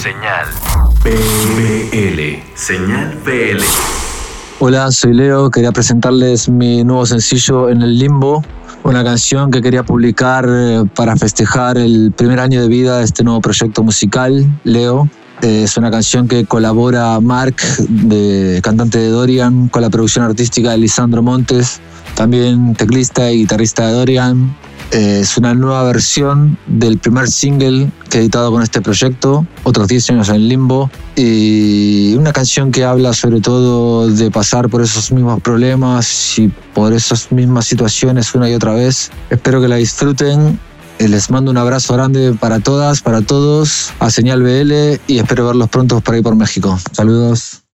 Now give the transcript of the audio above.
Señal BL. Señal BL. Hola, soy Leo. Quería presentarles mi nuevo sencillo En el Limbo, una canción que quería publicar para festejar el primer año de vida de este nuevo proyecto musical, Leo. Es una canción que colabora Mark, cantante de Dorian, con la producción artística de Lisandro Montes, también teclista y guitarrista de Dorian. Es una nueva versión del primer single que he editado con este proyecto, Otros 10 años en el Limbo, y una canción que habla sobre todo de pasar por esos mismos problemas y por esas mismas situaciones una y otra vez. Espero que la disfruten. Les mando un abrazo grande para todas, para todos, a Señal BL, y espero verlos pronto por ahí por México. Saludos.